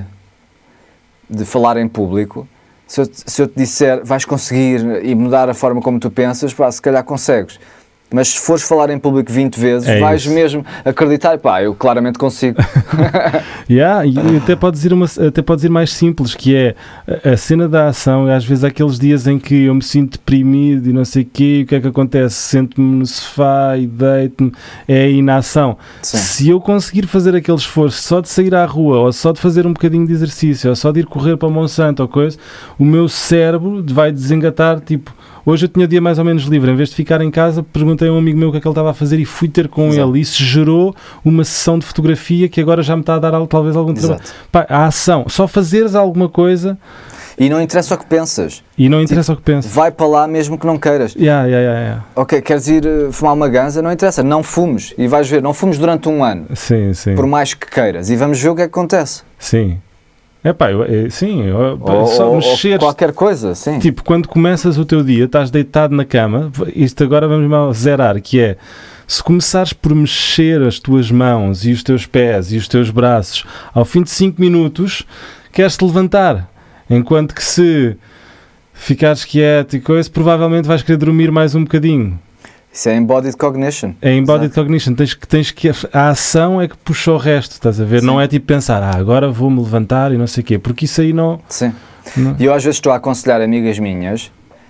de falar em público, se eu, se eu te disser vais conseguir e mudar a forma como tu pensas, pá, se calhar consegues. Mas se fores falar em público vinte vezes, é vais isso. mesmo acreditar, pá, eu claramente consigo. yeah, e até podes, ir uma, até podes ir mais simples, que é a, a cena da ação. Às vezes há aqueles dias em que eu me sinto deprimido e não sei o quê, e o que é que acontece? Sento-me no sofá e deito-me, é a inação. Sim. Se eu conseguir fazer aquele esforço só de sair à rua, ou só de fazer um bocadinho de exercício, ou só de ir correr para Monsanto ou coisa, o meu cérebro vai desengatar, tipo, hoje eu tinha o dia mais ou menos livre, em vez de ficar em casa, perguntei a um amigo meu o que é que ele estava a fazer e fui ter com Exato. ele. Isso gerou uma sessão de fotografia que agora já me está a dar talvez algum trabalho. Pá, a ação, só fazeres alguma coisa... E não interessa o que pensas. E não interessa tipo, o que pensas. Vai para lá mesmo que não queiras. Yeah, yeah, yeah, yeah. Ok, queres ir uh, fumar uma ganza? Não interessa, não fumes. E vais ver, não fumes durante um ano. Sim, sim. Por mais que queiras. E vamos ver o que é que acontece. Sim. É pá, eu, eu, sim, eu, ou, só ou, mexeres, ou qualquer coisa, sim. Tipo, quando começas o teu dia, estás deitado na cama, isto agora vamos mal zerar, que é, se começares por mexer as tuas mãos e os teus pés e os teus braços, ao fim de cinco minutos, queres-te levantar, enquanto que se ficares quieto e coisa, provavelmente vais querer dormir mais um bocadinho. Isso é embodied cognition. É embodied Exato. cognition. Tens que, tens que, a ação é que puxa o resto, estás a ver? Sim. Não é tipo pensar, ah, agora vou-me levantar e não sei o quê, porque isso aí não... Sim. Não. E eu às vezes estou a aconselhar amigas minhas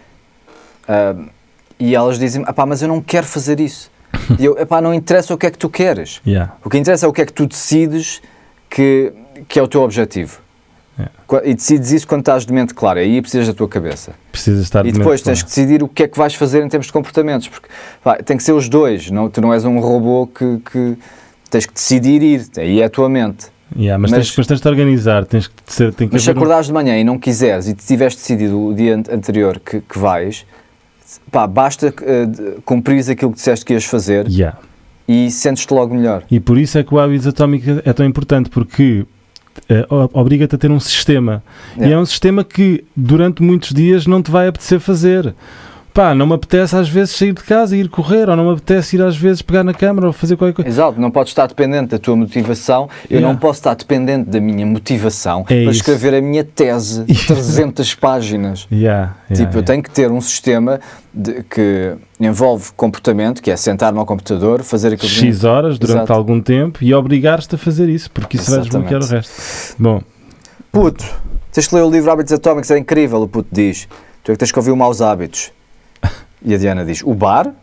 uh, e elas dizem, pá, mas eu não quero fazer isso. E eu, pá, não interessa o que é que tu queres. Yeah. O que interessa é o que é que tu decides que, que é o teu objetivo. Yeah. E decides isso quando estás de mente clara, aí precisas da tua cabeça. Precisas estar de e depois mente tens clara. que decidir o que é que vais fazer em termos de comportamentos, porque pá, tem que ser os dois, não, tu não és um robô que, que tens que decidir ir, aí é a tua mente. Yeah, mas, mas tens, depois tens de organizar, tens que ser, tem que mas se acordares um... de manhã e não quiseres e tiveste decidido o dia anterior que, que vais, pá, basta uh, cumprires aquilo que disseste que ias fazer yeah. e sentes-te logo melhor. E por isso é que o Hábitos Atómicos é tão importante, porque Uh, obriga-te a ter um sistema. Yeah. E é um sistema que durante muitos dias não te vai apetecer fazer. Pá, não me apetece às vezes sair de casa e ir correr, ou não me apetece ir às vezes pegar na câmara ou fazer qualquer coisa. Exato, não podes estar dependente da tua motivação. Eu yeah. não posso estar dependente da minha motivação é para isso. escrever a minha tese de trezentas páginas. Yeah, yeah, tipo, yeah. eu tenho que ter um sistema de, que envolve comportamento, que é sentar-me ao computador, fazer aquilo X que... horas durante Exato. algum tempo e obrigar-te a fazer isso, porque isso vai desbloquear o resto. Bom. Puto, tens que ler o livro Hábitos Atómicos, é incrível, o puto diz. Tu é que tens que ouvir o Maus Hábitos. E a Diana diz, o bar?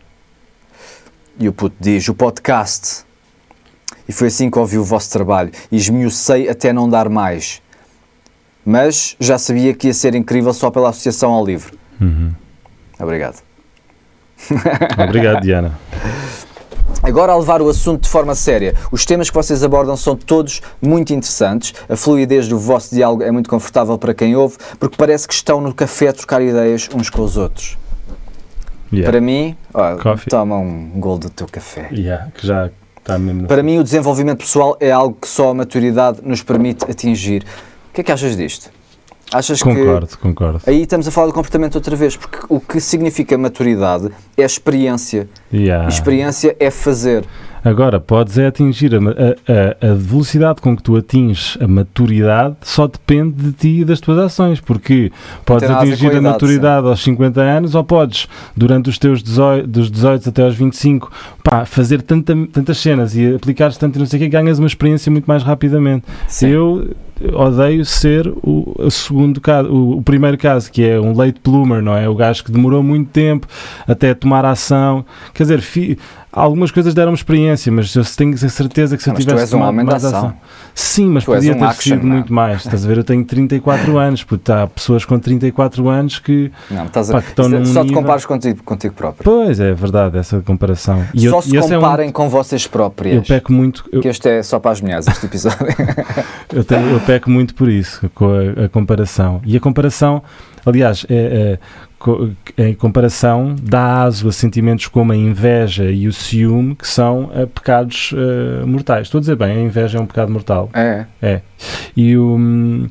E o puto diz, o podcast. E foi assim que ouvi o vosso trabalho. E esmiucei até não dar mais. Mas já sabia que ia ser incrível só pela associação ao livro. Uhum. Obrigado. Obrigado, Diana. Agora, a levar o assunto de forma séria. Os temas que vocês abordam são todos muito interessantes. A fluidez do vosso diálogo é muito confortável para quem ouve, porque parece que estão no café a trocar ideias uns com os outros. Yeah. Para mim, ó, toma um gol do teu café. Yeah, que já está mesmo. Para mim, o desenvolvimento pessoal é algo que só a maturidade nos permite atingir. O que é que achas disto? Achas Concordo, que... concordo. Aí estamos a falar do comportamento outra vez, porque o que significa maturidade é experiência. Yeah. E experiência é fazer. Agora, podes é atingir a, a, a velocidade com que tu atinges a maturidade só depende de ti e das tuas ações, porque podes Tem nada a ver atingir com a a idade, maturidade aos cinquenta anos ou podes, durante os teus dezoito, dos dezoito até aos vinte e cinco, pá, fazer tanta, tantas cenas e aplicares tanto e não sei o que, ganhas uma experiência muito mais rapidamente. Sim. Eu odeio ser o, o segundo caso, o, o primeiro caso, que é um late bloomer, não é? O gajo que demorou muito tempo até tomar ação. Quer dizer, fi, algumas coisas deram-me experiência, mas eu tenho a certeza que se eu Mas tu tivesse és um tomado homem de mais ação. ação... Sim, mas Tu és podia um ter action sido man. muito mais. Estás a ver? Eu tenho trinta e quatro anos, porque há pessoas com trinta e quatro anos que, Não, estás a... pá, que estão num Só te nível... compares contigo, contigo próprio. Pois, é verdade, essa comparação. E Só eu, se e esse comparem é um... com vocês próprias. Eu peco muito... Eu... Que este é só para as mulheres, este episódio. Eu, tenho, eu peco muito por isso, com a, a comparação. E a comparação, aliás, é, é, a comparação dá aso a sentimentos como a inveja e o ciúme, que são uh, pecados uh, mortais. Estou a dizer bem, a inveja é um pecado mortal. É. É. E, um,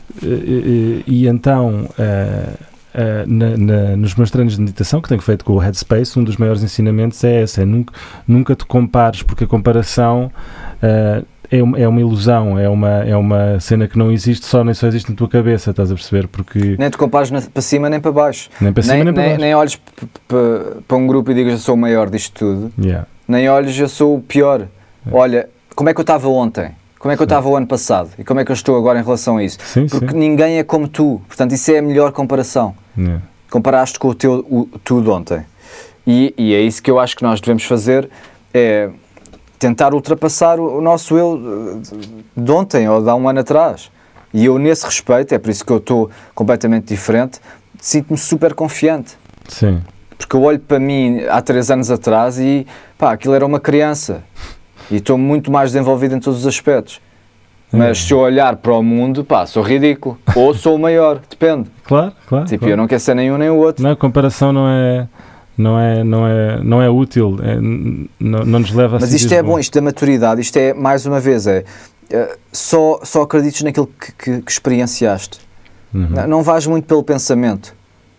e, e então... Uh, Uh, na, na, nos meus treinos de meditação que tenho feito com o Headspace, um dos maiores ensinamentos é esse, é nunca, nunca te compares, porque a comparação uh, é, uma, é uma ilusão, é uma, é uma cena que não existe, só nem só existe na tua cabeça, estás a perceber? Porque Nem te compares na, para cima nem para baixo. nem para cima nem, nem para nem, baixo. nem olhes para um grupo e digas eu sou o maior disto tudo. Yeah. Nem olhes eu sou o pior. Olha, como é que eu estava ontem? Como é que eu estava o ano passado? E como é que eu estou agora em relação a isso? Sim, Porque sim. ninguém é como tu. Portanto, isso é a melhor comparação. Yeah. Comparaste com o teu o, tu de ontem. E, e é isso que eu acho que nós devemos fazer, é tentar ultrapassar o, o nosso eu de ontem ou de há um ano atrás. E eu, nesse respeito, é por isso que eu estou completamente diferente, sinto-me super confiante. Sim. Porque eu olho para mim há três anos atrás e, pá, aquilo era uma criança. E estou muito mais desenvolvido em todos os aspectos. Mas se eu olhar para o mundo, pá, sou ridículo. Ou sou o maior, depende. Claro, claro. Tipo, claro. eu não quero ser nenhum nem o outro. Não, a comparação não é, não é, não é, não é útil, é, não, não nos leva a Mas sítios isto é bom, bons. isto da maturidade, isto é, mais uma vez, é, é só, só acredites naquilo que, que, que experienciaste. Uhum. Não, não vais muito pelo pensamento.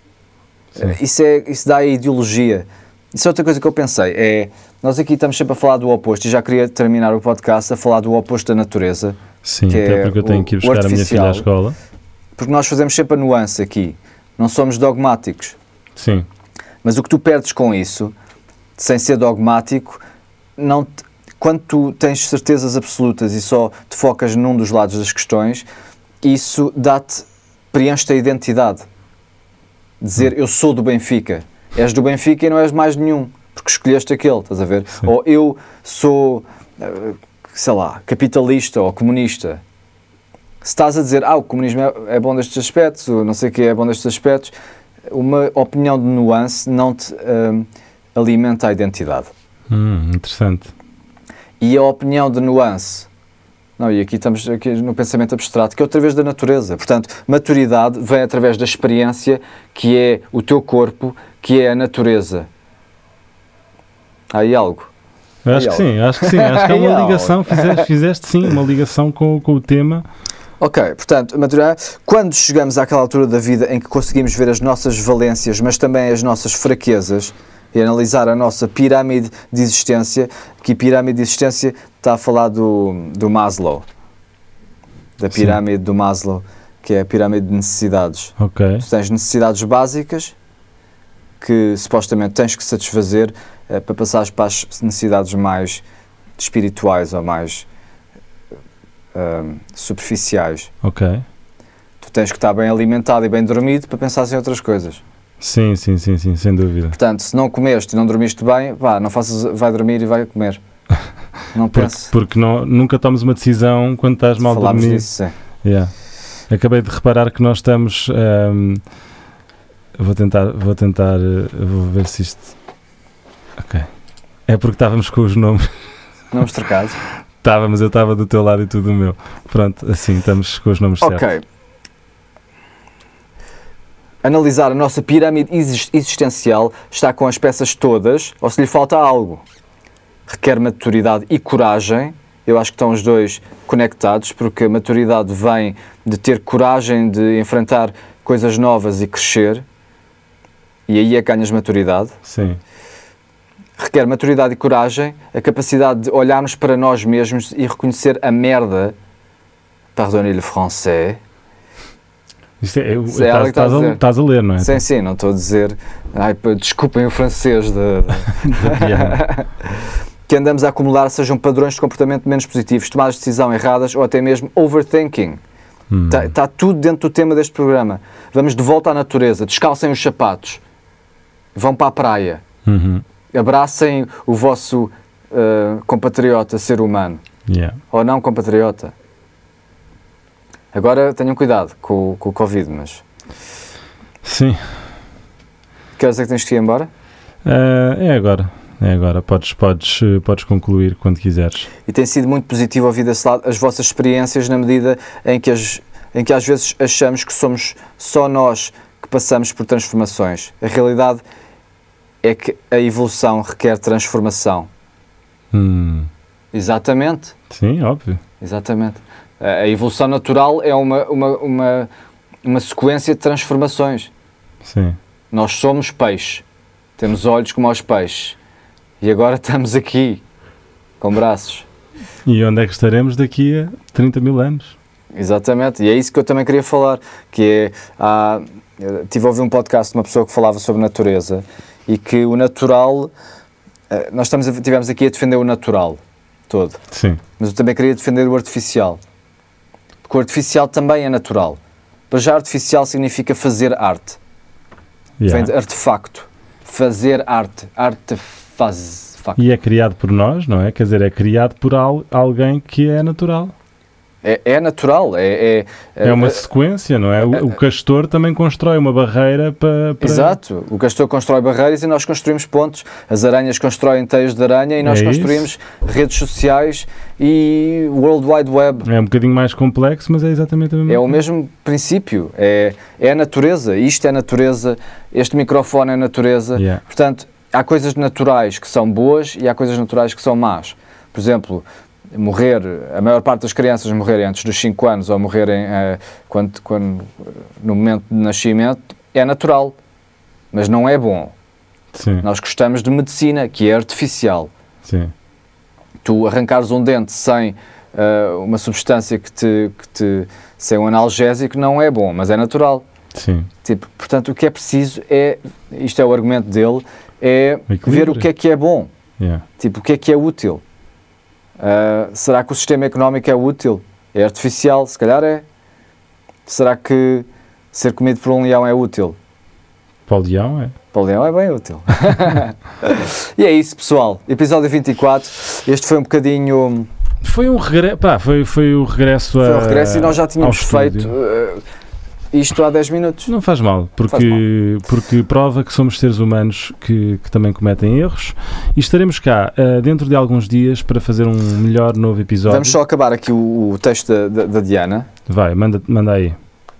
Sim. Isso, é, isso dá a ideologia. Isso é outra coisa que eu pensei, é, nós aqui estamos sempre a falar do oposto, e já queria terminar o podcast a falar do oposto da natureza. Sim, que até é porque eu tenho o- que ir o buscar a minha filha à artificial. escola. Porque nós fazemos sempre a nuance aqui, não somos dogmáticos. Sim. Mas o que tu perdes com isso, sem ser dogmático, não te, quando tu tens certezas absolutas e só te focas num dos lados das questões, isso dá-te, preenche-te a identidade. Dizer, eu sou do Benfica. És do Benfica e não és mais nenhum, porque escolheste aquele, estás a ver? Sim. Ou eu sou, eh, sei lá, capitalista ou comunista. Se estás a dizer, ah, o comunismo é, é bom destes aspectos, ou não sei o que é bom destes aspectos, uma opinião de nuance não te hum, alimenta a identidade. Hum, interessante. E a opinião de nuance, não, e aqui estamos aqui no pensamento abstrato, que é outra vez da natureza. Portanto, maturidade vem através da experiência, que é o teu corpo, que é a natureza. Há aí algo. Eu acho Aí que algo. sim, acho que sim. Acho que há Aí uma algo. ligação, fizeste, fizeste sim, uma ligação com, com o tema. Ok, portanto, maturidade, quando chegamos àquela altura da vida em que conseguimos ver as nossas valências, mas também as nossas fraquezas, e analisar a nossa pirâmide de existência, que pirâmide de existência está a falar do, do Maslow, da Sim. pirâmide do Maslow, que é a pirâmide de necessidades. Ok. Tu tens necessidades básicas, que supostamente tens que satisfazer eh, para passares para as necessidades mais espirituais ou mais hum, superficiais. Ok. Tu tens que estar bem alimentado e bem dormido para pensar em outras coisas. Sim, sim, sim, sim, sem dúvida. Portanto, se não comeste e não dormiste bem, pá, não faças, vai dormir e vai comer. Não Porque, pense. porque não, nunca tomas uma decisão quando estás mal Falámos dormido. disso, sim. Yeah. Acabei de reparar que nós estamos. Um, vou tentar, vou tentar, uh, vou ver se isto. Ok. É porque estávamos com os nomes. Nomes trocados. Estávamos, eu estava do teu lado e tu do meu. Pronto, assim, estamos com os nomes certos. Ok. Analisar a nossa pirâmide exist- existencial, está com as peças todas, ou se lhe falta algo. Requer maturidade e coragem Eu acho que estão os dois conectados, porque a maturidade vem de ter coragem de enfrentar coisas novas e crescer, e aí é que ganhas maturidade. Sim. Requer maturidade e coragem, a capacidade de olharmos para nós mesmos e reconhecer a merda, pardonnez le français. Isto é, eu, é estás, ela que está a estás, a, dizer. estás a ler, não é? Sim, sim, não estou a dizer, ai, pá, desculpem o francês, de, Da Diana. que andamos a acumular sejam padrões de comportamento menos positivos, tomadas de decisão erradas ou até mesmo overthinking. Está Hum. tá tudo dentro do tema deste programa. Vamos de volta à natureza, descalcem os sapatos, vão para a praia, Uhum. abracem o vosso uh, compatriota ser humano, Yeah. ou não compatriota. Agora tenham cuidado com, com o Covid, mas... Sim. Queres dizer que tens que ir embora? Ah, é agora. É agora. Podes, podes, eh, podes concluir quando quiseres. E tem sido muito positivo ouvir desse lado as vossas experiências, na medida em que, as, em que às vezes achamos que somos só nós que passamos por transformações. A realidade é que a evolução requer transformação. Hum. Exatamente. Sim, óbvio. Exatamente. A a evolução natural é uma, uma, uma, uma sequência de transformações. Sim. Nós somos peixe, temos olhos como aos peixes, e agora estamos aqui, com braços. E onde é que estaremos daqui a trinta mil anos? Exatamente, e é isso que eu também queria falar, que é, há, eu tive a ouvir um podcast de uma pessoa que falava sobre natureza, e que o natural, eh, nós estamos a, tivemos aqui a defender o natural todo, Sim. mas eu também queria defender o artificial, porque o artificial também é natural. Para já, artificial significa fazer arte, Yeah. vem de artefacto, fazer arte, artefacto. E é criado por nós, não é? Quer dizer, é criado por al- alguém que é natural. É, é natural, é... É, É uma sequência, não é? O, o castor também constrói uma barreira para... para... Exato, o castor constrói barreiras e nós construímos pontes, as aranhas constroem teias de aranha e nós É construímos redes sociais e World Wide Web. É um bocadinho mais complexo, mas é exatamente a mesma É o coisa. mesmo princípio, é, é a natureza, isto é natureza, este microfone é natureza, Yeah. portanto, há coisas naturais que são boas e há coisas naturais que são más. Por exemplo, morrer, a maior parte das crianças morrerem antes dos cinco anos ou morrerem eh, quando, quando, no momento de nascimento é natural, mas não é bom. Sim, Nós gostamos de medicina, que é artificial. sim. Tu arrancares um dente sem eh, uma substância que te, que te... sem um analgésico não é bom, mas é natural. Sim. Tipo, portanto, o que é preciso é, isto é o argumento dele, é ver o que é que é bom, Yeah. tipo, o que é que é útil. Uh, será que o sistema económico é útil? É artificial? Se calhar é. Será que ser comido por um leão é útil? Para o leão é. Para o leão é bem útil. E é isso, pessoal. Episódio vinte e quatro. Este foi um bocadinho... Foi um regresso, pá, foi, foi o regresso a, Foi o regresso e nós já tínhamos ao feito estúdio. uh, isto há dez minutos. Não faz mal, porque, Faz mal. porque prova que somos seres humanos que, que também cometem erros e estaremos cá uh, dentro de alguns dias para fazer um melhor novo episódio. Vamos só acabar aqui o, o texto da, da, da Diana, Vai, manda, manda aí.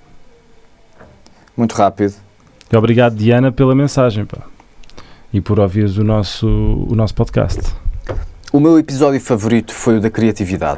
muito rápido. E obrigado, Diana, pela mensagem, pá. E por ouvires o nosso, o nosso podcast. O meu episódio favorito foi o da criatividade.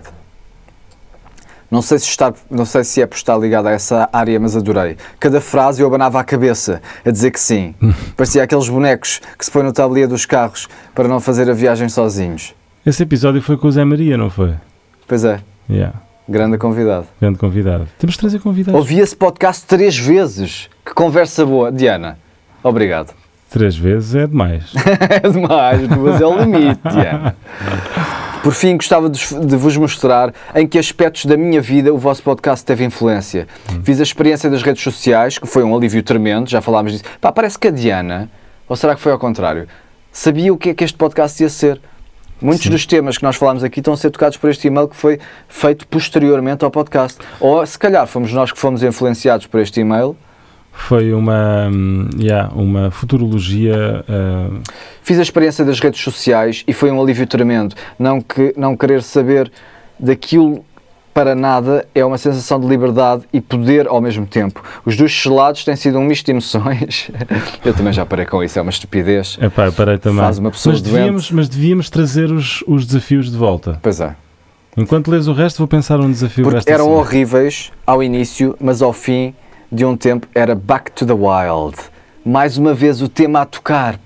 Não sei, se está, não sei se é por estar ligado a essa área, mas adorei. Cada frase eu abanava a cabeça a dizer que sim. Parecia aqueles bonecos que se põem no tablier dos carros para não fazer a viagem sozinhos. Esse episódio foi com o Zé Maria, não foi? Pois é, Yeah. grande convidado. Grande convidado. Temos de trazer convidados. Ouvi esse podcast três vezes. Que conversa boa. Diana, obrigado. Três vezes é demais. É demais, duas é o limite, Diana. Por fim, gostava de, de vos mostrar em que aspectos da minha vida o vosso podcast teve influência. Hum. Fiz a experiência das redes sociais, que foi um alívio tremendo, já falámos disso. Pá, parece que a Diana, ou será que foi ao contrário, sabia o que é que este podcast ia ser. Muitos Sim. dos temas que nós falámos aqui estão a ser tocados por este e-mail que foi feito posteriormente ao podcast. Ou, se calhar, fomos nós que fomos influenciados por este e-mail. Foi uma, yeah, uma futurologia... Uh... Fiz a experiência das redes sociais e foi um alívio tremendo. Não, que, não querer saber daquilo para nada é uma sensação de liberdade e poder ao mesmo tempo. Os dois gelados têm sido um misto de emoções. Eu também já parei com isso, é uma estupidez. Epá, eu parei também. Faz uma pessoa mas, devíamos, doente. mas devíamos trazer os, os desafios de volta. Pois é. Enquanto lês o resto, vou pensar um desafio. Porque eram semana. horríveis ao início, mas ao fim de um tempo era Back to the Wild. Mais uma vez o tema a tocar.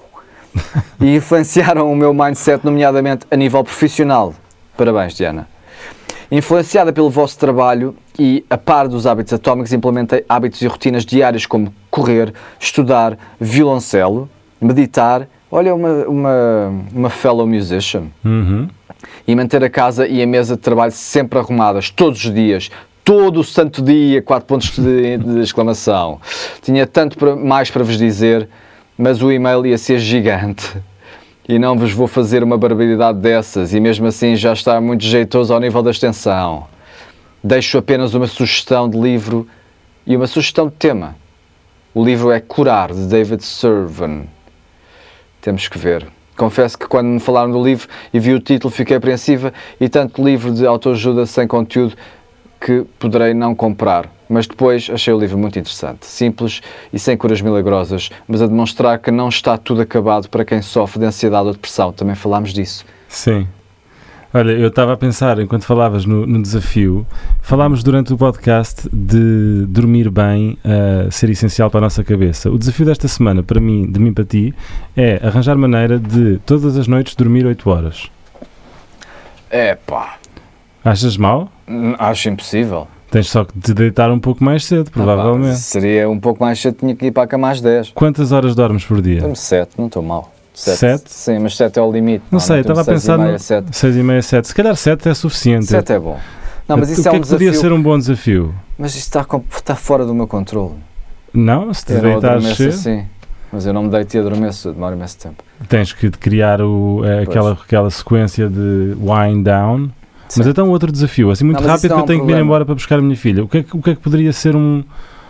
E influenciaram o meu mindset, nomeadamente a nível profissional. Parabéns, Diana. Influenciada pelo vosso trabalho e a par dos hábitos atómicos, implementei hábitos e rotinas diárias como correr, estudar, violoncelo, meditar, olha, uma, uma, uma fellow musician, uhum. e manter a casa e a mesa de trabalho sempre arrumadas, todos os dias, todo o santo dia, quatro pontos de, de exclamação. Tinha tanto para, mais para vos dizer, mas o e-mail ia ser gigante. E não vos vou fazer uma barbaridade dessas, e mesmo assim já está muito jeitoso ao nível da extensão. Deixo apenas uma sugestão de livro e uma sugestão de tema. O livro é Curar, de David Servan. Temos que ver. Confesso que quando me falaram do livro e vi o título fiquei apreensiva, e tanto livro de autoajuda sem conteúdo que poderei não comprar. Mas depois achei o livro muito interessante, simples e sem curas milagrosas, mas a demonstrar que não está tudo acabado para quem sofre de ansiedade ou depressão. Também falámos disso. Sim. Olha, eu estava a pensar, enquanto falavas no, no desafio, falámos durante o podcast de dormir bem, uh, ser essencial para a nossa cabeça. O desafio desta semana, para mim, de mim para ti, é arranjar maneira de todas as noites dormir oito horas. É pá. Achas mal? Acho impossível. Tens só que te deitar um pouco mais cedo, provavelmente. Ah, pá, seria um pouco mais cedo, tinha que ir para a cama às dez. Quantas horas dormes por dia? Dormo sete, não estou mal. sete? Sim, mas sete é o limite. Não, não sei, estava a pensar no seis e meia, sete. Se calhar sete é suficiente. sete é bom. Não, mas isso o é que um é que desafio... podia ser um bom desafio? Mas isto está, está fora do meu controle. Não? Se te eu deitares cedo? Assim, mas eu não me deito e adormeço, demora imenso tempo. Tens que criar o, aquela, aquela sequência de wind down. Sim. Mas então outro desafio, assim muito não, rápido, que eu tenho um que ir embora para buscar a minha filha. O que é que, o que, é que poderia ser um,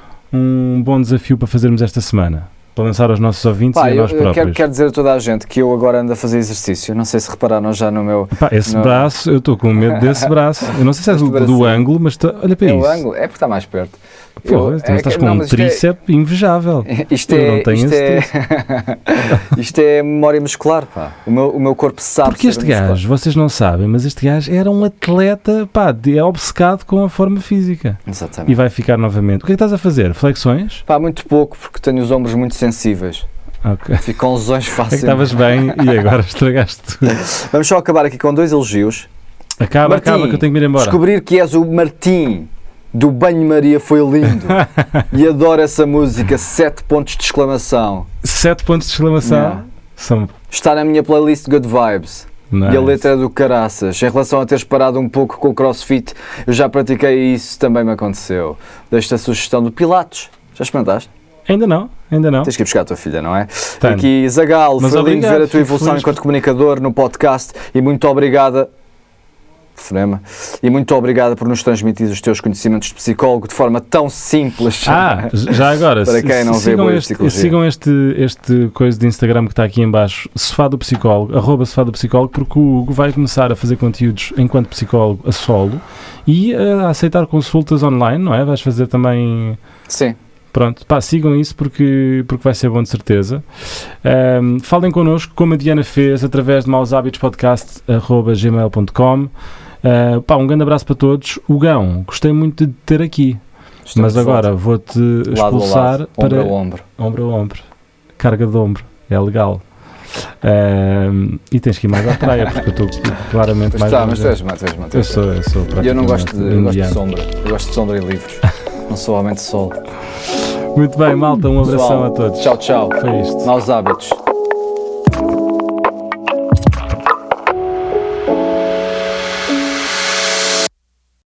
um bom desafio para fazermos esta semana? Para lançar aos nossos ouvintes Pá, e a nós eu, próprios. Eu quero, quero dizer a toda a gente que eu agora ando a fazer exercício. Não sei se repararam já no meu... Pá, esse no... braço, eu estou com medo desse braço. Eu não sei se é do, do ângulo, mas tá, olha para é isso. É o ângulo, é porque está mais perto. Pô, eu, então é, estás com não, um tríceps é, invejável. Isto eu é, não tenho isto, esse é isto é memória muscular, pá. O meu, o meu corpo sabe. Porque este gajo, muscular. Vocês não sabem, mas este gajo era um atleta, pá, é obcecado com a forma física. Exatamente. E vai ficar novamente. O que é que estás a fazer? Flexões? Pá, muito pouco, porque tenho os ombros muito sensíveis. Okay. Fico com lesões fáceis. É que estavas bem e agora estragaste tudo. Vamos só acabar aqui com dois elogios. Acaba, Martim, acaba, que eu tenho que ir embora. Descobrir que és o Martim do Banho-Maria foi lindo. E adoro essa música, sete pontos de exclamação. Sete pontos de exclamação? Yeah. São... Está na minha playlist Good Vibes. Nice. E a letra é do caraças. Em relação a teres parado um pouco com o CrossFit, eu já pratiquei e isso também me aconteceu. Deixo-te a sugestão do Pilates. Já experimentaste? Ainda não, ainda não. Tens que ir buscar a tua filha, não é? Tenho. Aqui, Zagal, Mas foi obrigado, lindo ver a tua evolução feliz. enquanto comunicador no podcast e muito obrigada, fonema, e muito obrigada por nos transmitir os teus conhecimentos de psicólogo de forma tão simples. Ah, já agora, para quem não vê boa psicologia. Sigam este, este coisa de Instagram que está aqui em baixo, Sofá do Psicólogo, arroba Sofá do Psicólogo, porque o Hugo vai começar a fazer conteúdos enquanto psicólogo a solo e a aceitar consultas online, não é? Vais fazer também... Sim. Pronto, pá, sigam isso porque, porque vai ser bom de certeza. Um, falem connosco, como a Diana fez, através de maushabitospodcast arroba gmail ponto com. Uh, pá, um grande abraço para todos. Hugão, gostei muito de ter aqui. Estamos mas agora vou-te expulsar lado, para... Ombro a ombro. Ombro a ombro. Carga de ombro. É legal. Um, e tens que ir mais à praia, porque eu estou claramente pois mais... Está, mas tu és mais, tu és mais. Eu sou, eu sou praticamente... E eu não gosto de, eu gosto de sombra. Eu gosto de sombra e livros. Não sou homem de sol. Muito bem, malta, um abração Pessoal, a todos. Tchau, tchau. Foi isto. Maus hábitos.